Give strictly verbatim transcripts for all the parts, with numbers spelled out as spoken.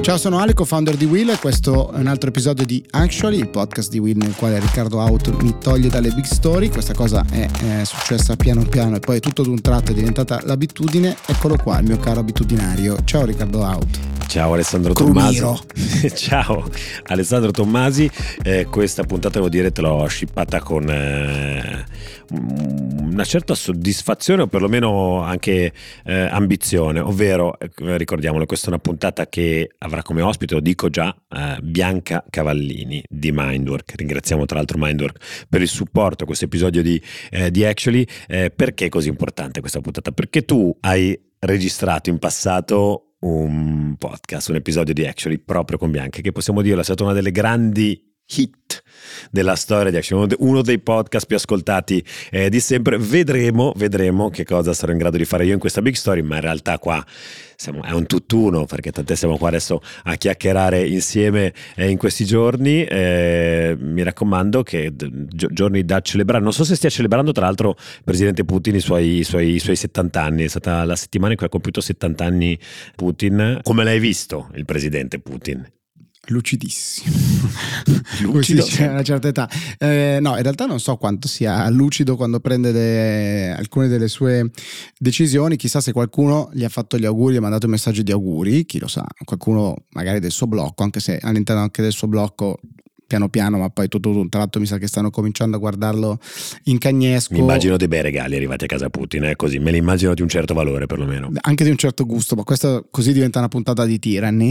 Ciao, sono Ale, co-founder di Will e questo è un altro episodio di Actually, il podcast di Will nel quale Riccardo Out mi toglie dalle big story. Questa cosa è, è successa piano piano e poi tutto d'un tratto è diventata l'abitudine. Eccolo qua, il mio caro abitudinario. Ciao Riccardo Out. Ciao Alessandro Crumiro. Tommasi. Ciao Alessandro Tommasi. Eh, questa puntata, devo dire, te l'ho scippata con eh, una certa soddisfazione o perlomeno anche eh, ambizione, ovvero eh, ricordiamolo, questa è una puntata che avrà come ospite, lo dico già, eh, Bianca Cavallini di Mindwork. Ringraziamo tra l'altro Mindwork per il supporto a questo episodio di, eh, di Actually. Eh, perché è così importante questa puntata? Perché tu hai registrato in passato un podcast, un episodio di Actually proprio con Bianca, che possiamo dire è stata una delle grandi hit della storia di Actually, uno dei podcast più ascoltati eh, di sempre. Vedremo, vedremo che cosa sarò in grado di fare io in questa big story, ma in realtà qua siamo, è un tutt'uno, perché tant'è siamo qua adesso a chiacchierare insieme eh, in questi giorni. Eh, mi raccomando che gi- giorni da celebrare. Non so se stia celebrando tra l'altro il presidente Putin i suoi, i suoi, i suoi settanta anni. È stata la settimana in cui ha compiuto settanta anni Putin. Come l'hai visto il presidente Putin? Lucidissimo. Lucido, Così c'è una certa età. Eh, no, in realtà non so quanto sia lucido quando prende le, alcune delle sue decisioni. Chissà se qualcuno gli ha fatto gli auguri, gli ha mandato un messaggio di auguri, chi lo sa, qualcuno magari del suo blocco, anche se all'interno anche del suo blocco piano piano, ma poi tutto un tratto mi sa che stanno cominciando a guardarlo in cagnesco. Mi immagino dei bei regali arrivati a casa Putin, eh, così me li immagino di un certo valore perlomeno. Anche di un certo gusto, ma questo così diventa una puntata di Tyranny.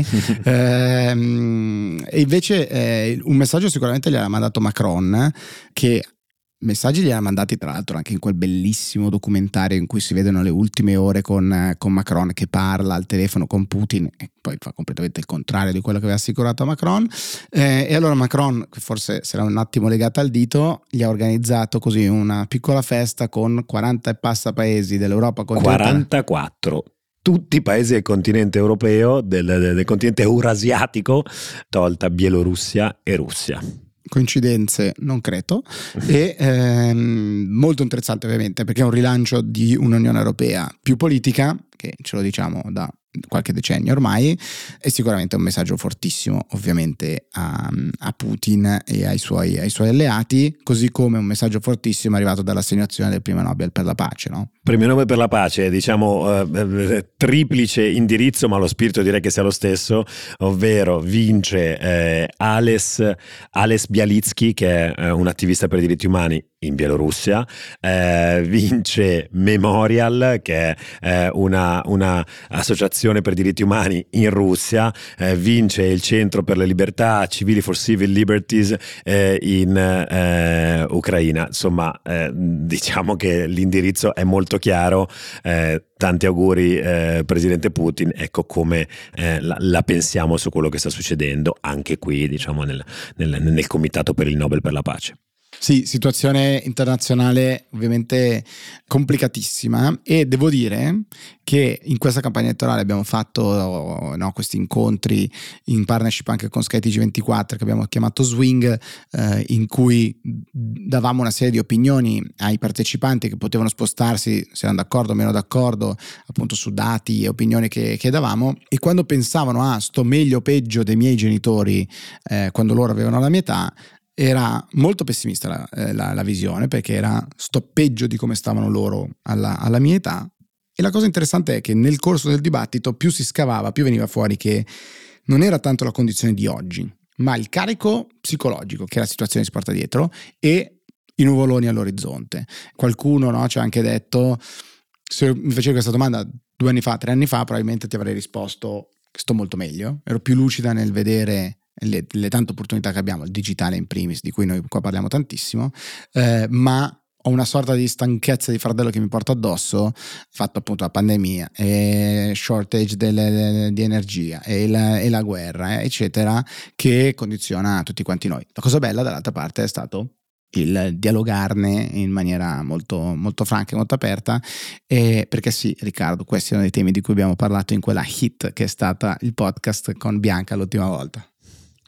ehm, e invece eh, un messaggio sicuramente gliel'ha mandato Macron, che messaggi li ha mandati tra l'altro anche in quel bellissimo documentario in cui si vedono le ultime ore con, con Macron che parla al telefono con Putin e poi fa completamente il contrario di quello che aveva assicurato a Macron. Eh, e allora Macron, che forse sarà un attimo legata al dito, gli ha organizzato così una piccola festa con quaranta e passa paesi dell'Europa continentale. quarantaquattro tutti i paesi del continente europeo, del, del, del continente eurasiatico, tolta Bielorussia e Russia. Coincidenze non credo. E ehm, molto interessante ovviamente, perché è un rilancio di un'Unione Europea più politica, che ce lo diciamo da qualche decennio ormai, è sicuramente un messaggio fortissimo ovviamente a, a Putin e ai suoi, ai suoi alleati, così come un messaggio fortissimo arrivato dall'assegnazione del premio Nobel per la pace, no? Premio Nobel per la pace, diciamo eh, triplice indirizzo, ma lo spirito direi che sia lo stesso, ovvero vince eh, Ales, Ales Bialiatski, che è eh, un attivista per i diritti umani in Bielorussia, eh, vince Memorial, che è eh, una, una associazione per i diritti umani in Russia, eh, vince il Centro per le Libertà Civili for Civil Liberties eh, in eh, Ucraina. Insomma, eh, diciamo che l'indirizzo è molto chiaro. Eh, tanti auguri eh, presidente Putin. Ecco come eh, la, la pensiamo su quello che sta succedendo anche qui, diciamo, nel, nel, nel Comitato per il Nobel per la pace. Sì, situazione internazionale ovviamente complicatissima, e devo dire che in questa campagna elettorale abbiamo fatto no, questi incontri in partnership anche con Sky T G ventiquattro che abbiamo chiamato Swing, eh, in cui davamo una serie di opinioni ai partecipanti che potevano spostarsi, se erano d'accordo o meno d'accordo, appunto su dati e opinioni che, che davamo, e quando pensavano a ah, sto meglio o peggio dei miei genitori eh, quando loro avevano la mia età, era molto pessimista la, eh, la, la visione, perché era sto peggio di come stavano loro alla, alla mia età. E la cosa interessante è che nel corso del dibattito più si scavava, più veniva fuori che non era tanto la condizione di oggi, ma il carico psicologico che la situazione si porta dietro e i nuvoloni all'orizzonte. Qualcuno no, ci ha anche detto, se mi facevi questa domanda due anni fa, tre anni fa, probabilmente ti avrei risposto che sto molto meglio, ero più lucida nel vedere Le, le tante opportunità che abbiamo, il digitale in primis, di cui noi qua parliamo tantissimo, eh, ma ho una sorta di stanchezza di fardello che mi porto addosso, fatto appunto la pandemia e shortage delle, di energia e la, e la guerra eh, eccetera, che condiziona tutti quanti noi. La cosa bella dall'altra parte è stato il dialogarne in maniera molto, molto franca e molto aperta, eh, perché sì, Riccardo, questi sono dei temi di cui abbiamo parlato in quella hit che è stata il podcast con Bianca l'ultima volta.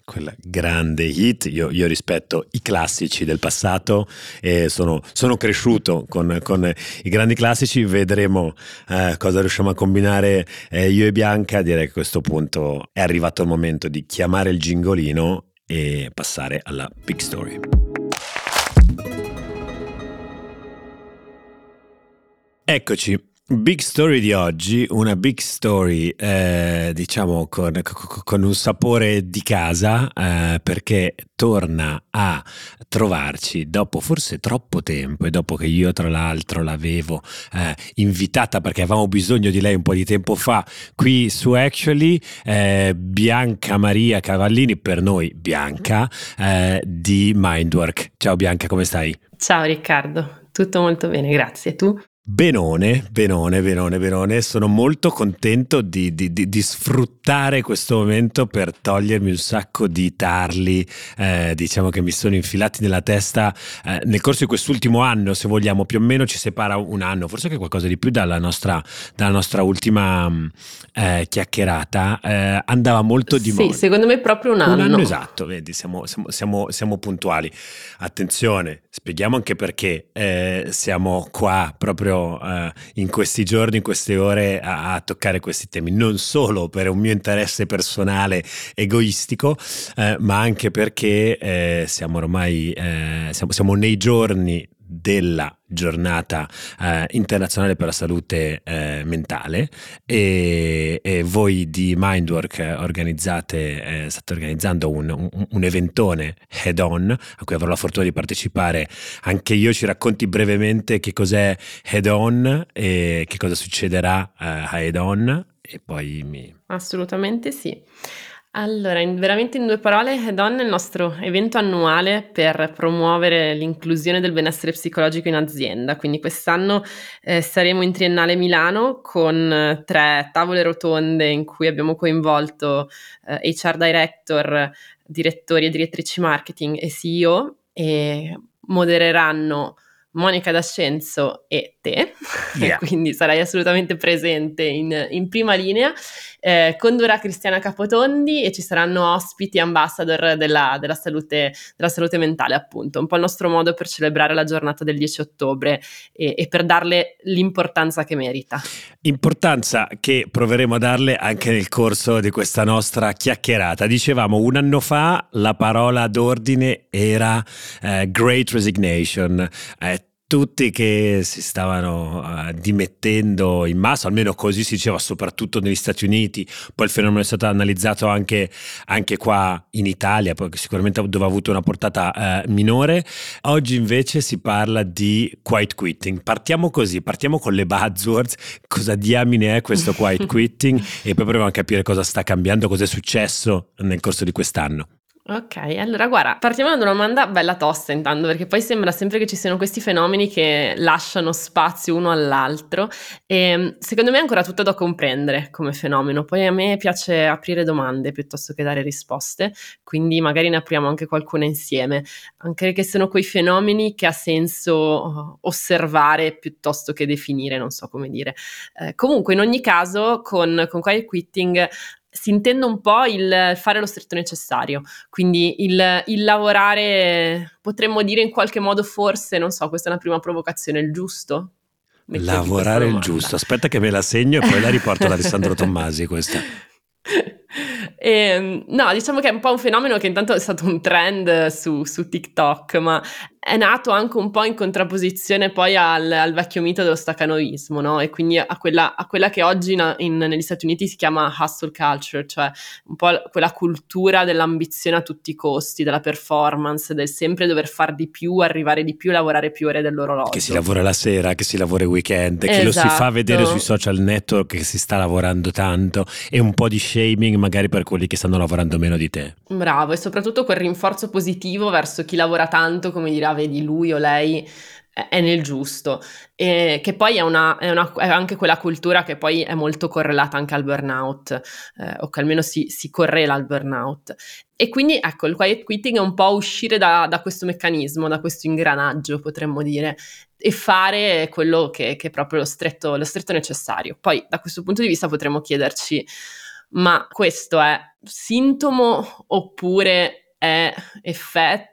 quel grande hit. Io, io rispetto i classici del passato e sono, sono cresciuto con, con i grandi classici. Vedremo eh, cosa riusciamo a combinare eh, io e Bianca. Direi che a questo punto è arrivato il momento di chiamare il gingolino e passare alla big story. Eccoci. Big story di oggi, una big story eh, diciamo con, con un sapore di casa eh, perché torna a trovarci dopo forse troppo tempo e dopo che io tra l'altro l'avevo eh, invitata perché avevamo bisogno di lei un po' di tempo fa qui su Actually, eh, Bianca Maria Cavallini, per noi Bianca, eh, di Mindwork. Ciao Bianca, come stai? Ciao Riccardo, tutto molto bene, grazie. Tu? Benone, benone, benone, benone. Sono molto contento di, di, di, di sfruttare questo momento per togliermi un sacco di tarli, eh, diciamo che mi sono infilati nella testa eh, nel corso di quest'ultimo anno, se vogliamo, più o meno ci separa un anno, forse anche qualcosa di più dalla nostra, dalla nostra ultima eh, chiacchierata. Eh, andava molto di moda. Sì, secondo me proprio un anno. Un anno esatto, vedi, siamo, siamo, siamo, siamo puntuali. Attenzione, spieghiamo anche perché eh, siamo qua proprio Uh, in questi giorni, in queste ore a, a toccare questi temi, non solo per un mio interesse personale egoistico, uh, ma anche perché eh, siamo ormai eh, siamo, siamo nei giorni della giornata eh, internazionale per la salute eh, mentale e, e voi di Mindwork organizzate eh, state organizzando un, un, un eventone Head On a cui avrò la fortuna di partecipare anche io. Ci racconti brevemente che cos'è Head On e che cosa succederà eh, a Head On e poi mi... Assolutamente sì. Allora, in, veramente in due parole, Head On è il nostro evento annuale per promuovere l'inclusione del benessere psicologico in azienda. Quindi quest'anno eh, saremo in Triennale Milano con eh, tre tavole rotonde in cui abbiamo coinvolto eh, H R Director, direttori e direttrici marketing e C E O e modereranno Monica D'Ascenzo e te, yeah. Quindi sarai assolutamente presente in, in prima linea. Eh, condurrà Cristiana Capotondi e ci saranno ospiti ambassador della, della, salute, della salute mentale, appunto, un po' il nostro modo per celebrare la giornata del dieci ottobre e, e per darle l'importanza che merita. Importanza che proveremo a darle anche nel corso di questa nostra chiacchierata. Dicevamo, un anno fa la parola d'ordine era eh, Great Resignation. Eh, tutti che si stavano uh, dimettendo in massa, almeno così si diceva soprattutto negli Stati Uniti, poi il fenomeno è stato analizzato anche, anche qua in Italia, poi sicuramente dove ha avuto una portata uh, minore. Oggi invece si parla di quiet quitting. Partiamo così, partiamo con le buzzwords, cosa diamine è questo quiet quitting e poi proviamo a capire cosa sta cambiando, cosa è successo nel corso di quest'anno. Ok, allora guarda, partiamo da una domanda bella tosta intanto, perché poi sembra sempre che ci siano questi fenomeni che lasciano spazio uno all'altro e secondo me è ancora tutto da comprendere come fenomeno. Poi a me piace aprire domande piuttosto che dare risposte, quindi magari ne apriamo anche qualcuna insieme, anche perché sono quei fenomeni che ha senso osservare piuttosto che definire, non so come dire. Eh, comunque in ogni caso con, con quiet quitting si intende un po' il fare lo stretto necessario, quindi il, il lavorare, potremmo dire in qualche modo forse, non so, questa è una prima provocazione, il giusto? Metterti Lavorare il giusto, aspetta che me la segno e poi la riporto ad Alessandro Tommasi questa. E, no, diciamo che è un po' un fenomeno che intanto è stato un trend su, su TikTok, ma è nato anche un po' in contrapposizione poi al, al vecchio mito dello stacanovismo, no? E quindi a quella, a quella che oggi in, in, negli Stati Uniti si chiama hustle culture, cioè un po' quella cultura dell'ambizione a tutti i costi, della performance, del sempre dover far di più, arrivare di più, lavorare più ore dell'orologio. Che si lavora la sera, che si lavora il weekend, esatto. Che lo si fa vedere sui social network che si sta lavorando tanto e un po' di shaming magari per quelli che stanno lavorando meno di te. Bravo, e soprattutto quel rinforzo positivo verso chi lavora tanto, come dire, ah, vedi lui o lei è nel giusto, e che poi è, una, è, una, è anche quella cultura che poi è molto correlata anche al burnout, eh, o che almeno si, si correla al burnout. E quindi ecco, il quiet quitting è un po' uscire da, da questo meccanismo, da questo ingranaggio, potremmo dire, e fare quello che, che è proprio lo stretto, lo stretto necessario. Poi da questo punto di vista potremmo chiederci: ma questo è sintomo oppure è effetto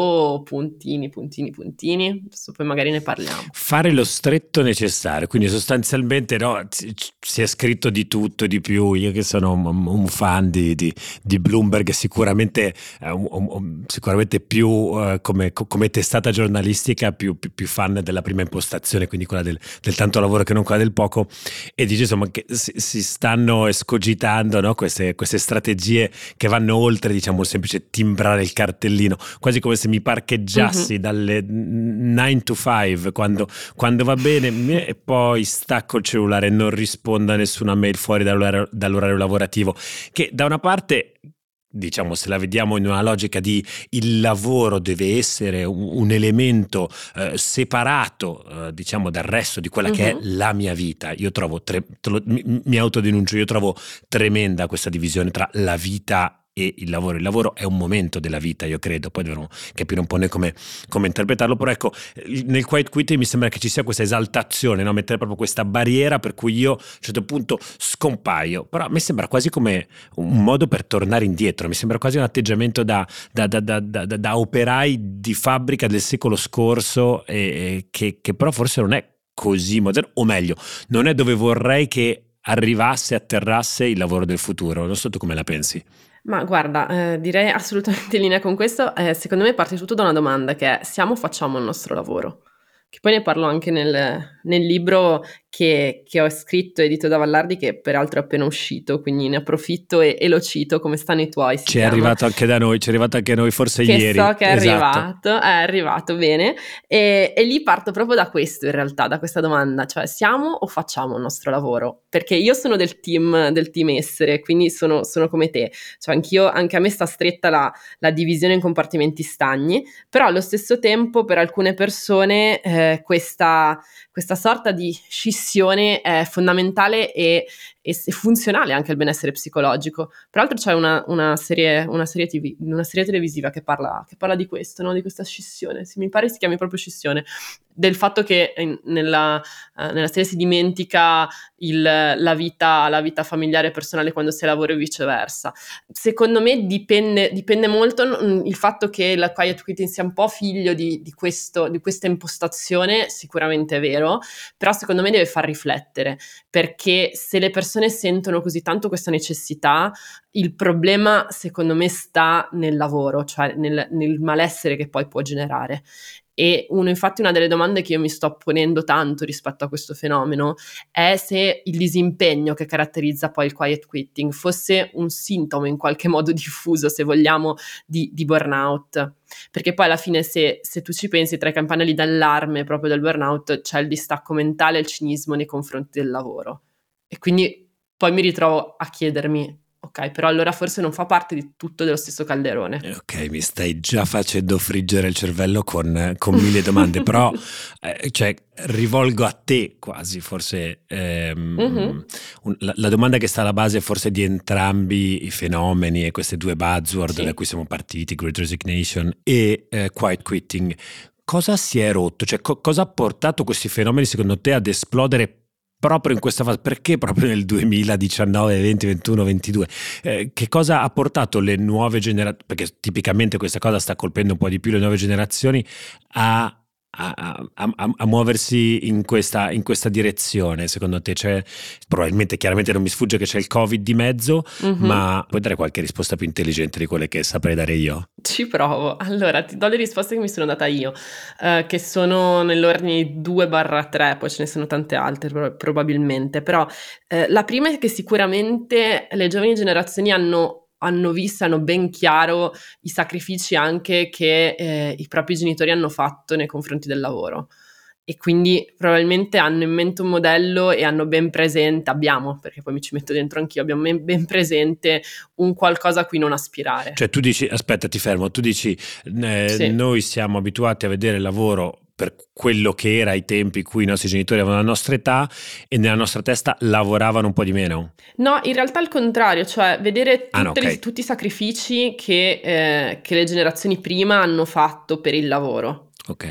o puntini, puntini, puntini? Adesso poi magari ne parliamo. Fare lo stretto necessario, quindi sostanzialmente no, si è scritto di tutto e di più. Io che sono un, un fan di, di, di Bloomberg, sicuramente, um, um, sicuramente più uh, come, come testata giornalistica, più, più, più fan della prima impostazione, quindi quella del, del tanto lavoro che non quella del poco, e dice insomma che si, si stanno escogitando, no, queste, queste strategie che vanno oltre, diciamo, il semplice timbrare il cartellino, quasi come se mi parcheggiassi uh-huh. dalle nine to five quando, quando va bene e poi stacco il cellulare e non rispondo a nessuna mail fuori dall'orario, dall'orario lavorativo, che da una parte, diciamo, se la vediamo in una logica di il lavoro deve essere un, un elemento eh, separato eh, diciamo dal resto di quella uh-huh. che è la mia vita, io trovo tre, lo, mi, mi autodenuncio, io trovo tremenda questa divisione tra la vita e il lavoro. Il lavoro è un momento della vita, io credo, poi dovremo capire un po' noi come, come interpretarlo, però ecco, nel quiet quitting mi sembra che ci sia questa esaltazione, no? Mettere proprio questa barriera per cui io a un certo punto scompaio, però mi sembra quasi come un modo per tornare indietro, mi sembra quasi un atteggiamento da, da, da, da, da, da operai di fabbrica del secolo scorso, e, che, che però forse non è così moderno, o meglio, non è dove vorrei che arrivasse, atterrasse il lavoro del futuro. Non so tu come la pensi. Ma guarda, eh, direi assolutamente in linea con questo. Eh, secondo me parte tutto da una domanda che è: siamo o facciamo il nostro lavoro? Che poi ne parlo anche nel, nel libro che, che ho scritto, edito da Vallardi, che peraltro è appena uscito, quindi ne approfitto e, e lo cito. Come stanno i tuoi? Ci è arrivato anche da noi, ci è arrivato anche a noi forse che ieri. So che è esatto. arrivato, è arrivato bene, e, e lì parto proprio da questo, in realtà, da questa domanda, cioè siamo o facciamo il nostro lavoro? Perché io sono del team, del team essere, quindi sono, sono come te, cioè anch'io, anche a me sta stretta la, la divisione in compartimenti stagni, però allo stesso tempo per alcune persone eh, questa, questa sorta di scissione è fondamentale e, e funzionale anche al benessere psicologico. Peraltro c'è una, una serie, una serie tivù, una serie televisiva che parla, che parla di questo, no? Di questa scissione, si, mi pare si chiami proprio scissione, del fatto che in, nella, uh, nella serie si dimentica il, la, vita, la vita familiare e personale quando si lavora e viceversa. Secondo me dipende, dipende molto il fatto che la quiet quitting sia un po' figlio di, di, questo, di questa impostazione, sicuramente è vero, però secondo me deve far riflettere, perché se le persone sentono così tanto questa necessità, il problema secondo me sta nel lavoro, cioè nel, nel malessere che poi può generare. E uno, infatti, una delle domande che io mi sto ponendo tanto rispetto a questo fenomeno è se il disimpegno che caratterizza poi il quiet quitting fosse un sintomo in qualche modo diffuso, se vogliamo, di, di burnout. Perché poi alla fine, se, se tu ci pensi, tra i campanelli d'allarme proprio del burnout c'è il distacco mentale e il cinismo nei confronti del lavoro. E quindi poi mi ritrovo a chiedermi: ok, però allora forse non fa parte di tutto dello stesso calderone. Ok, mi stai già facendo friggere il cervello con, con mille domande, però eh, cioè, rivolgo a te quasi forse ehm, mm-hmm. un, la, la domanda che sta alla base forse di entrambi i fenomeni e queste due buzzword sì. da cui siamo partiti, Great Resignation e eh, Quiet Quitting. Cosa si è rotto? Cioè, co- cosa ha portato questi fenomeni secondo te ad esplodere proprio in questa fase? Perché proprio nel duemiladiciannove, venti, ventuno, ventidue? Eh, che cosa ha portato le nuove generazioni, perché tipicamente questa cosa sta colpendo un po' di più le nuove generazioni, a, a, a, a, a muoversi in questa, in questa direzione? Secondo te c'è, probabilmente, chiaramente non mi sfugge che c'è il Covid di mezzo, mm-hmm. ma puoi dare qualche risposta più intelligente di quelle che saprei dare io? Ci provo. Allora, ti do le risposte che mi sono data io, eh, che sono nell'ordine due barra tre, poi ce ne sono tante altre pro- probabilmente, però eh, la prima è che sicuramente le giovani generazioni hanno hanno visto, hanno ben chiaro i sacrifici anche che eh, i propri genitori hanno fatto nei confronti del lavoro. E quindi probabilmente hanno in mente un modello e hanno ben presente, abbiamo, perché poi mi ci metto dentro anch'io, abbiamo ben presente un qualcosa a cui non aspirare. Cioè tu dici, aspetta ti fermo, tu dici eh, sì. noi siamo abituati a vedere il lavoro per quello che era ai tempi in cui i nostri genitori avevano la nostra età e nella nostra testa lavoravano un po' di meno? No, in realtà il contrario, cioè vedere ah, no, okay. le, tutti i sacrifici che, eh, che le generazioni prima hanno fatto per il lavoro. Ok.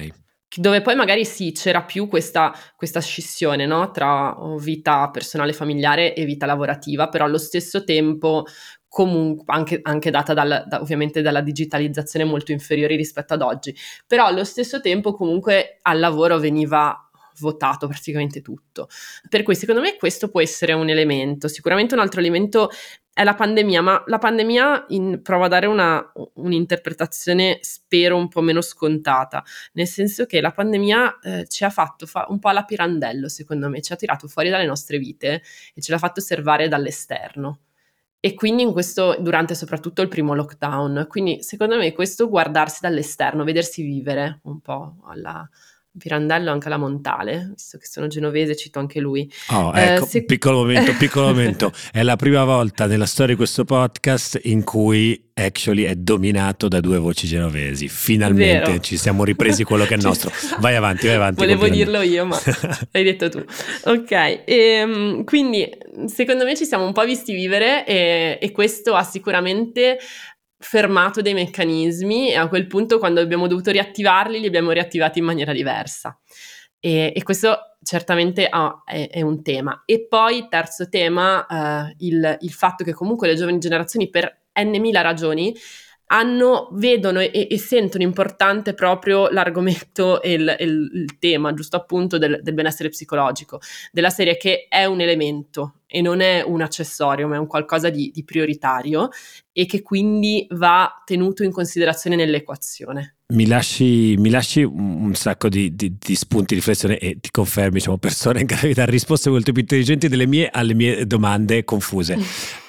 dove poi magari sì, c'era più questa, questa scissione, no? Tra vita personale familiare e vita lavorativa, però allo stesso tempo comunque anche, anche data dal, da, ovviamente dalla digitalizzazione molto inferiore rispetto ad oggi, però allo stesso tempo comunque al lavoro veniva votato praticamente tutto. Per cui secondo me questo può essere un elemento. Sicuramente un altro elemento è la pandemia, ma la pandemia in, prova a dare una, un'interpretazione spero un po' meno scontata, nel senso che la pandemia eh, ci ha fatto fa- un po' alla Pirandello, secondo me, ci ha tirato fuori dalle nostre vite e ce l'ha fatto osservare dall'esterno. E quindi in questo, durante soprattutto il primo lockdown, quindi secondo me questo guardarsi dall'esterno, vedersi vivere un po' alla Pirandello, anche alla Montale, visto che sono genovese, cito anche lui. Oh, ecco, eh, se... piccolo momento, piccolo momento. È la prima volta nella storia di questo podcast in cui actually è dominato da due voci genovesi. Finalmente Vero. Ci siamo ripresi quello che è nostro. Vai avanti, vai avanti. Volevo dirlo io, ma l'hai detto tu. Ok, e, quindi secondo me ci siamo un po' visti vivere e, e questo ha sicuramente fermato dei meccanismi, e a quel punto, quando abbiamo dovuto riattivarli, li abbiamo riattivati in maniera diversa, e, e questo certamente ah, è, è un tema. E poi terzo tema, eh, il, il fatto che comunque le giovani generazioni, per n mila ragioni, hanno, vedono e, e sentono importante proprio l'argomento e il, il, il tema, giusto appunto, del, del benessere psicologico, della serie, che è un elemento e non è un accessorio, ma è un qualcosa di, di prioritario, e che quindi va tenuto in considerazione nell'equazione. Mi lasci, mi lasci un sacco di, di, di spunti di riflessione, e ti confermi, diciamo, persone in grado di dare risposte molto più intelligenti delle mie alle mie domande confuse.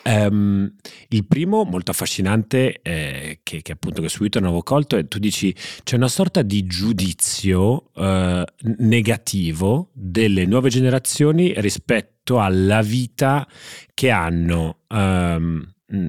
Um, il primo, molto affascinante, eh, che, che appunto che subito non avevo colto, è: tu dici c'è una sorta di giudizio uh, negativo delle nuove generazioni rispetto alla vita che hanno um,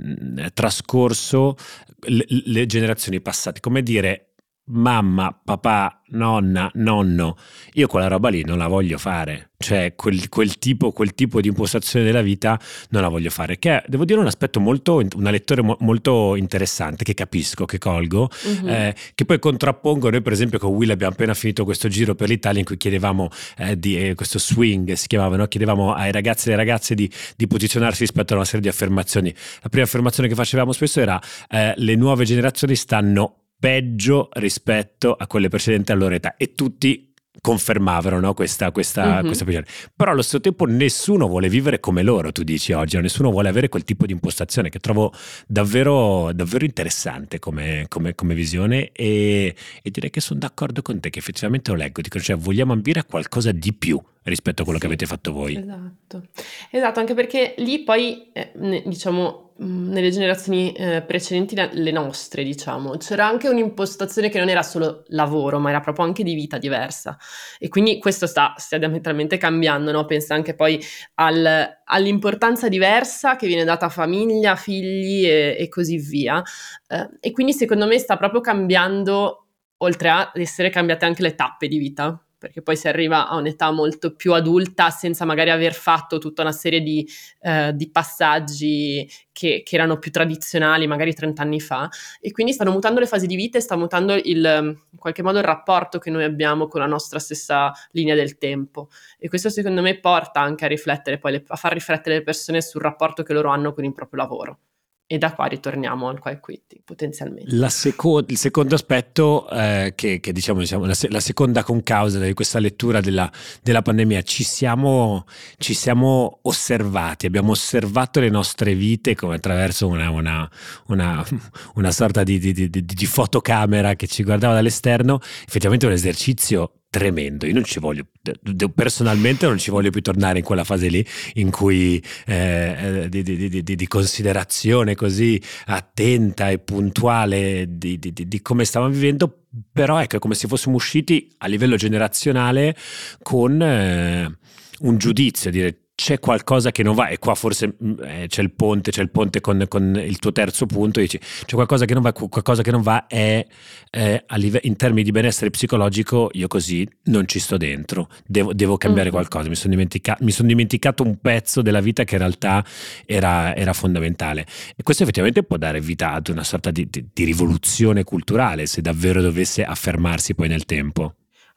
trascorso le, le generazioni passate, come dire, mamma, papà, nonna, nonno, io quella roba lì non la voglio fare, cioè quel, quel tipo quel tipo di impostazione della vita non la voglio fare, che è, devo dire, un aspetto molto, una lettore mo, molto interessante, che capisco, che colgo, mm-hmm. eh, che poi contrappongo. Noi per esempio con Will abbiamo appena finito questo giro per l'Italia in cui chiedevamo eh, di, eh, questo swing si chiamava, no? Chiedevamo ai ragazzi e alle ragazze di, di posizionarsi rispetto a una serie di affermazioni. La prima affermazione che facevamo spesso era eh, le nuove generazioni stanno peggio rispetto a quelle precedenti alla loro età, e tutti confermavano, no, questa, questa, mm-hmm. questa posizione. Però allo stesso tempo nessuno vuole vivere come loro, tu dici oggi, o nessuno vuole avere quel tipo di impostazione, che trovo davvero, davvero interessante come, come, come visione, e, e direi che sono d'accordo con te, che effettivamente lo leggo, dico, cioè vogliamo ambire a qualcosa di più rispetto a quello sì, che avete fatto voi. Esatto, esatto, anche perché lì poi, eh, diciamo, nelle generazioni eh, precedenti, le nostre, diciamo, c'era anche un'impostazione che non era solo lavoro, ma era proprio anche di vita diversa, e quindi questo sta, sta diametralmente cambiando, no? Pensa anche poi al, all'importanza diversa che viene data a famiglia, figli e, e così via, eh, e quindi secondo me sta proprio cambiando, oltre ad essere cambiate anche le tappe di vita, perché poi si arriva a un'età molto più adulta senza magari aver fatto tutta una serie di, eh, di passaggi che, che erano più tradizionali magari trent'anni fa, e quindi stanno mutando le fasi di vita e sta mutando il, in qualche modo il rapporto che noi abbiamo con la nostra stessa linea del tempo, e questo secondo me porta anche a riflettere poi le, a far riflettere le persone sul rapporto che loro hanno con il proprio lavoro. E da qua ritorniamo al quiet quitting potenzialmente. La seco- il secondo aspetto, eh, che, che diciamo, diciamo la, se- la seconda concausa di questa lettura della, della pandemia, ci siamo, ci siamo osservati, abbiamo osservato le nostre vite come attraverso una, una, una, una sorta di, di, di, di fotocamera che ci guardava dall'esterno. Effettivamente è un esercizio tremendo. Io non ci voglio, personalmente non ci voglio più tornare in quella fase lì in cui eh, di, di, di, di considerazione così attenta e puntuale di, di, di come stavamo vivendo, però ecco, è come se fossimo usciti a livello generazionale con eh, un giudizio, dire c'è qualcosa che non va, e qua forse eh, c'è il ponte, c'è il ponte con, con il tuo terzo punto, dici c'è qualcosa che non va, qualcosa che non va è eh, a live- in termini di benessere psicologico, io così non ci sto dentro, devo, devo cambiare mm-hmm. qualcosa, mi sono dimentica- mi son dimenticato un pezzo della vita che in realtà era, era fondamentale, e questo effettivamente può dare vita ad una sorta di, di, di rivoluzione culturale, se davvero dovesse affermarsi poi nel tempo.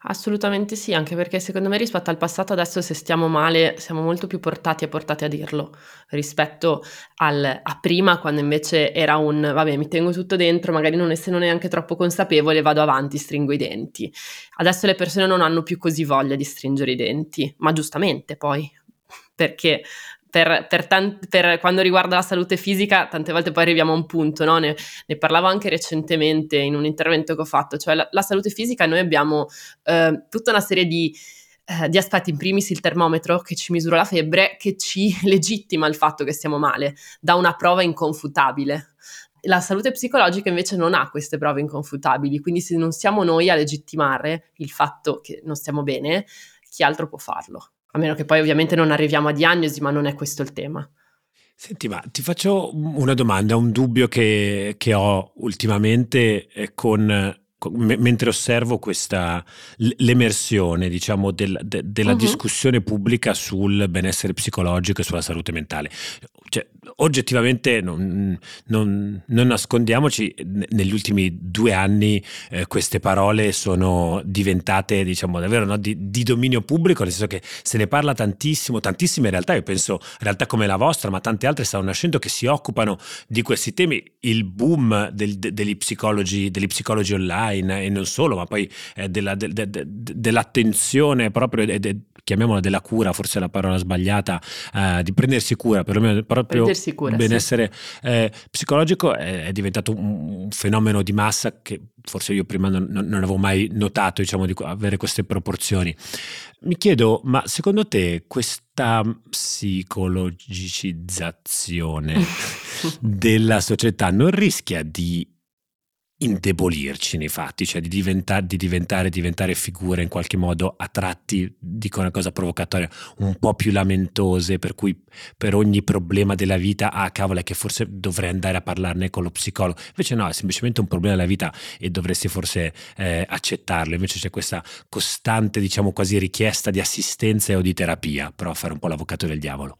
Assolutamente sì, anche perché secondo me rispetto al passato adesso se stiamo male siamo molto più portati e portate a dirlo rispetto al a prima quando invece era un: "Vabbè mi tengo tutto dentro, magari non essendo neanche troppo consapevole vado avanti, stringo i denti". Adesso le persone non hanno più così voglia di stringere i denti, ma giustamente poi, perché per per tan per quando riguarda la salute fisica tante volte poi arriviamo a un punto, no, ne ne parlavo anche recentemente in un intervento che ho fatto, cioè la la salute fisica noi abbiamo, ehm, tutta una serie di ehm, di aspetti, in primis il termometro che ci misura la febbre, che ci legittima il fatto che stiamo male, dà una prova inconfutabile. La salute psicologica invece non ha queste prove inconfutabili, quindi se non siamo noi a legittimare il fatto che non stiamo bene, chi altro può farlo? A meno che poi ovviamente non arriviamo a diagnosi, ma non è questo il tema. Senti, ma ti faccio una domanda, un dubbio che, che ho ultimamente eh, con, con- me- mentre osservo questa l- l'emersione, diciamo, del- de- della Mh-mh. discussione pubblica sul benessere psicologico e sulla salute mentale. Cioè, oggettivamente non, non- non nascondiamoci, ne- negli ultimi due anni eh, queste parole sono diventate, diciamo, davvero no, di, di dominio pubblico, nel senso che se ne parla tantissimo, tantissime realtà, io penso realtà come la vostra, ma tante altre stanno nascendo che si occupano di questi temi. Il boom del- de- degli psicologi, degli psicologi online e non solo, ma poi eh, della- de- de- de- dell'attenzione proprio, de- de- chiamiamola della cura, forse è la parola sbagliata, eh, di prendersi cura, perlomeno proprio Prendersi cura, sì. benessere eh, psicologico è, è diventato un, un fenomeno di massa che forse io prima non, non- non avevo mai notato, diciamo, di avere queste proporzioni. Mi chiedo, ma secondo te questa psicologicizzazione della società non rischia di indebolirci nei fatti, cioè di diventare, di diventare, diventare figure in qualche modo a tratti, dico una cosa provocatoria, un po' più lamentose, per cui per ogni problema della vita, ah cavolo è che forse dovrei andare a parlarne con lo psicologo, invece no, è semplicemente un problema della vita e dovresti forse eh, accettarlo, invece c'è questa costante, diciamo quasi richiesta di assistenza o di terapia, però a fare un po' l'avvocato del diavolo.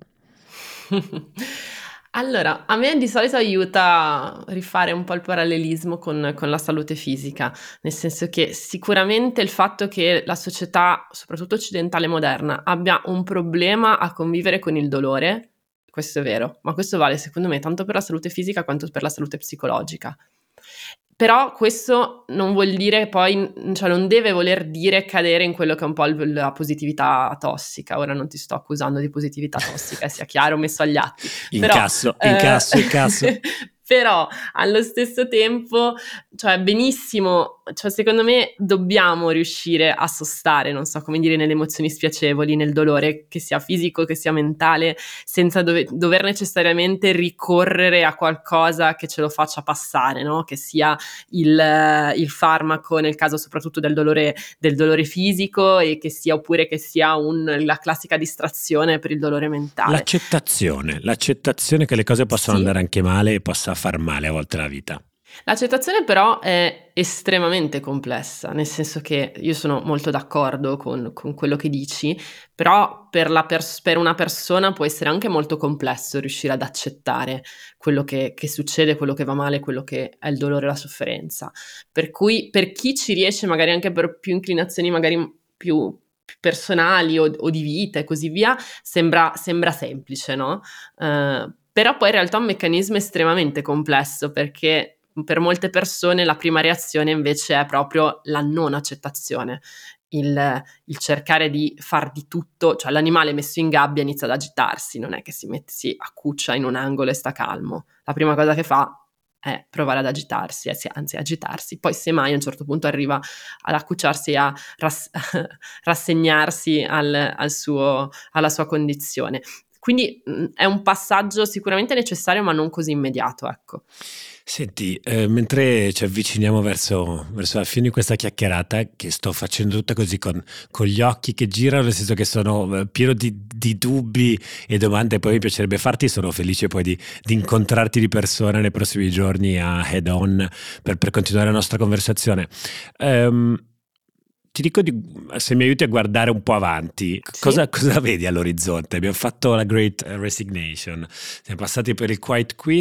Allora, a me di solito aiuta a rifare un po' il parallelismo con con la salute fisica, nel senso che sicuramente il fatto che la società, soprattutto occidentale moderna, abbia un problema a convivere con il dolore, questo è vero, ma questo vale secondo me tanto per la salute fisica quanto per la salute psicologica. Però questo non vuol dire poi n cioè non deve voler dire cadere in quello che è un po' il la positività tossica. Ora non ti sto accusando di positività tossica, sia chiaro, messo agli atti. Però, Incasso, ehm, incasso, incasso. però allo stesso tempo, cioè benissimo, cioè secondo me dobbiamo riuscire a sostare, non so come dire, nelle emozioni spiacevoli, nel dolore, che sia fisico, che sia mentale, senza dove dover necessariamente ricorrere a qualcosa che ce lo faccia passare, no, che sia il il farmaco nel caso soprattutto del dolore del dolore fisico e che sia oppure che sia un la classica distrazione per il dolore mentale. L'accettazione, l'accettazione che le cose possono Sì. andare anche male e possa far male a volte la vita. L'accettazione però è estremamente complessa, nel senso che io sono molto d'accordo con con quello che dici, però per la pers per una persona può essere anche molto complesso riuscire ad accettare quello che che succede, quello che va male, quello che è il dolore e la sofferenza. Per cui per chi ci riesce magari anche per più inclinazioni magari m più più personali o o di vita e così via, sembra sembra semplice, no, uhm, però poi in realtà è un meccanismo estremamente complesso perché per molte persone la prima reazione invece è proprio la non accettazione, il il cercare di far di tutto, cioè l'animale messo in gabbia inizia ad agitarsi, non è che si met si accuccia in un angolo e sta calmo. La prima cosa che fa è provare ad agitarsi, eh sì, anzi agitarsi, poi semmai a un certo punto arriva ad accucciarsi e a ras rassegnarsi al al suo alla sua condizione. Quindi, mhmm, è un passaggio sicuramente necessario, ma non così immediato, ecco. Senti, eh, mentre ci avviciniamo verso, verso la fine di questa chiacchierata, che sto facendo tutta così con, con gli occhi che girano, nel senso che sono eh, pieno di, di dubbi e domande, poi mi piacerebbe farti, sono felice poi di, di incontrarti di persona nei prossimi giorni a Head On per, per continuare la nostra conversazione. Ehm, ti dico di, se mi aiuti a guardare un po' avanti, cosa, Sì? cosa vedi all'orizzonte? Abbiamo fatto la Great Resignation, siamo passati per il Quiet Quit,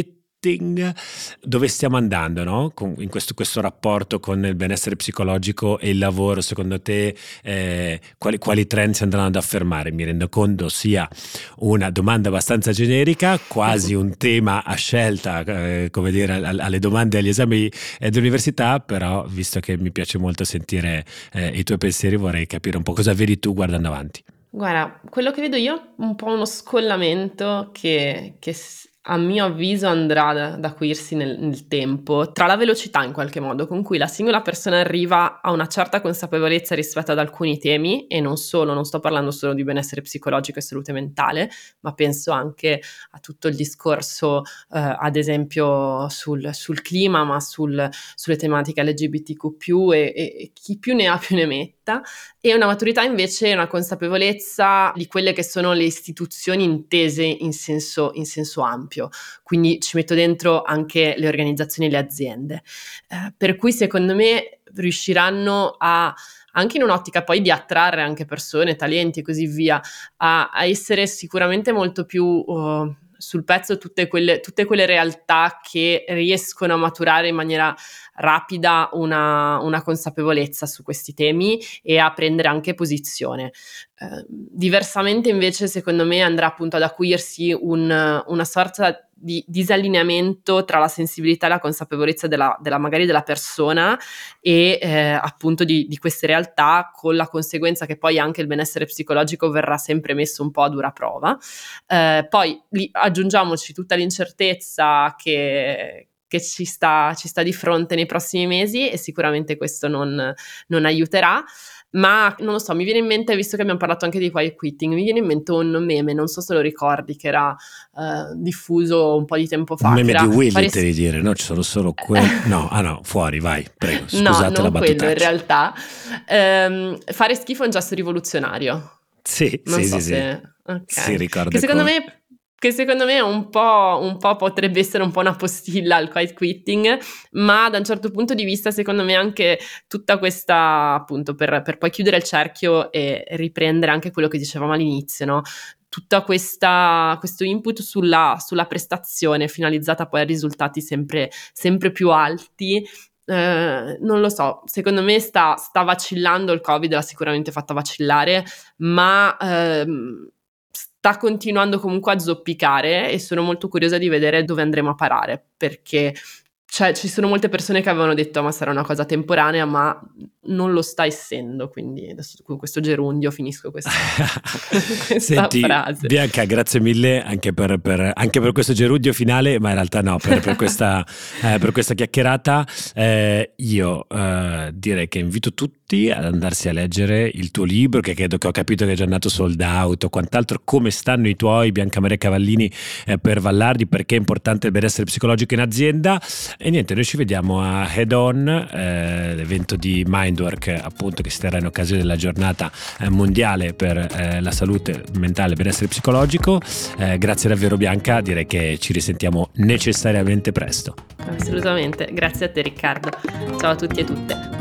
quitting, dove stiamo andando, no? Con, in questo, questo rapporto con il benessere psicologico e il lavoro, secondo te eh, quali, quali trend si andranno ad affermare? Mi rendo conto sia una domanda abbastanza generica, quasi un tema a scelta, eh, come dire, alle domande e agli esami dell'università, però visto che mi piace molto sentire eh, i tuoi pensieri, vorrei capire un po' cosa vedi tu guardando avanti. Guarda, quello che vedo io è un po' uno scollamento che, che a mio avviso andrà ad, ad acuirsi nel, nel tempo, tra la velocità in qualche modo con cui la singola persona arriva a una certa consapevolezza rispetto ad alcuni temi, e non solo, non sto parlando solo di benessere psicologico e salute mentale, ma penso anche a tutto il discorso eh, ad esempio sul, sul clima, ma sul, sulle tematiche L G B T Q più, e, e chi più ne ha più ne metta, e una maturità invece è una consapevolezza di quelle che sono le istituzioni intese in senso, in senso ampio. Quindi ci metto dentro anche le organizzazioni e le aziende, eh, per cui secondo me riusciranno a, anche in un'ottica poi di attrarre anche persone, talenti e così via, a, a essere sicuramente molto più uh, sul pezzo tutte quelle, tutte quelle realtà che riescono a maturare in maniera rapida una, una consapevolezza su questi temi e a prendere anche posizione. Eh, diversamente invece secondo me andrà appunto ad acuirsi un, una sorta di disallineamento tra la sensibilità e la consapevolezza della, della magari della persona e eh, appunto di, di queste realtà, con la conseguenza che poi anche il benessere psicologico verrà sempre messo un po' a dura prova. Eh, poi lì aggiungiamoci tutta l'incertezza che che ci sta, ci sta di fronte nei prossimi mesi, e sicuramente questo non, non aiuterà. Ma non lo so, mi viene in mente, visto che abbiamo parlato anche di quiet quitting, mi viene in mente un meme, non so se lo ricordi, che era uh, diffuso un po' di tempo fa. Un meme di Willy, fare... devi dire, no? Ci sono solo quelli. No, ah no, fuori, vai, prego. Scusate no, la non battutaccia. quello in realtà. Um, fare schifo è un gesto rivoluzionario. Sì, non sì, so sì, se... sì. Okay. Sì, ricordo. Che secondo come... me... che secondo me un po', un po' potrebbe essere un po' una postilla al quiet quitting, ma da un certo punto di vista secondo me anche tutta questa, appunto, per, per poi chiudere il cerchio e riprendere anche quello che dicevamo all'inizio, no? Tutta questa, questo input sulla, sulla prestazione finalizzata poi a risultati sempre, sempre più alti. Eh, non lo so, secondo me sta, sta vacillando, il Covid l'ha sicuramente fatta vacillare, ma... Ehm, sta continuando comunque a zoppicare, e sono molto curiosa di vedere dove andremo a parare, perché cioè, ci sono molte persone che avevano detto ma sarà una cosa temporanea, ma non lo sta essendo, quindi adesso con questo gerundio finisco questa, questa Senti, frase. Bianca, grazie mille anche per, per, anche per questo gerundio finale, ma in realtà no, per, per, questa, eh, per questa chiacchierata. Eh, io eh, direi che invito tutti ad andarsi a leggere il tuo libro, che credo che ho capito che è già andato sold out o quant'altro. Come stanno i tuoi, Bianca Maria Cavallini, eh, per Vallardi, perché è importante il benessere psicologico in azienda. E niente, noi ci vediamo a Head On, eh, l'evento di Mindwork, appunto, che si terrà in occasione della giornata eh, mondiale per eh, la salute mentale e benessere psicologico. Eh, grazie davvero Bianca, direi che ci risentiamo necessariamente presto. Assolutamente, grazie a te Riccardo. Ciao a tutti e tutte.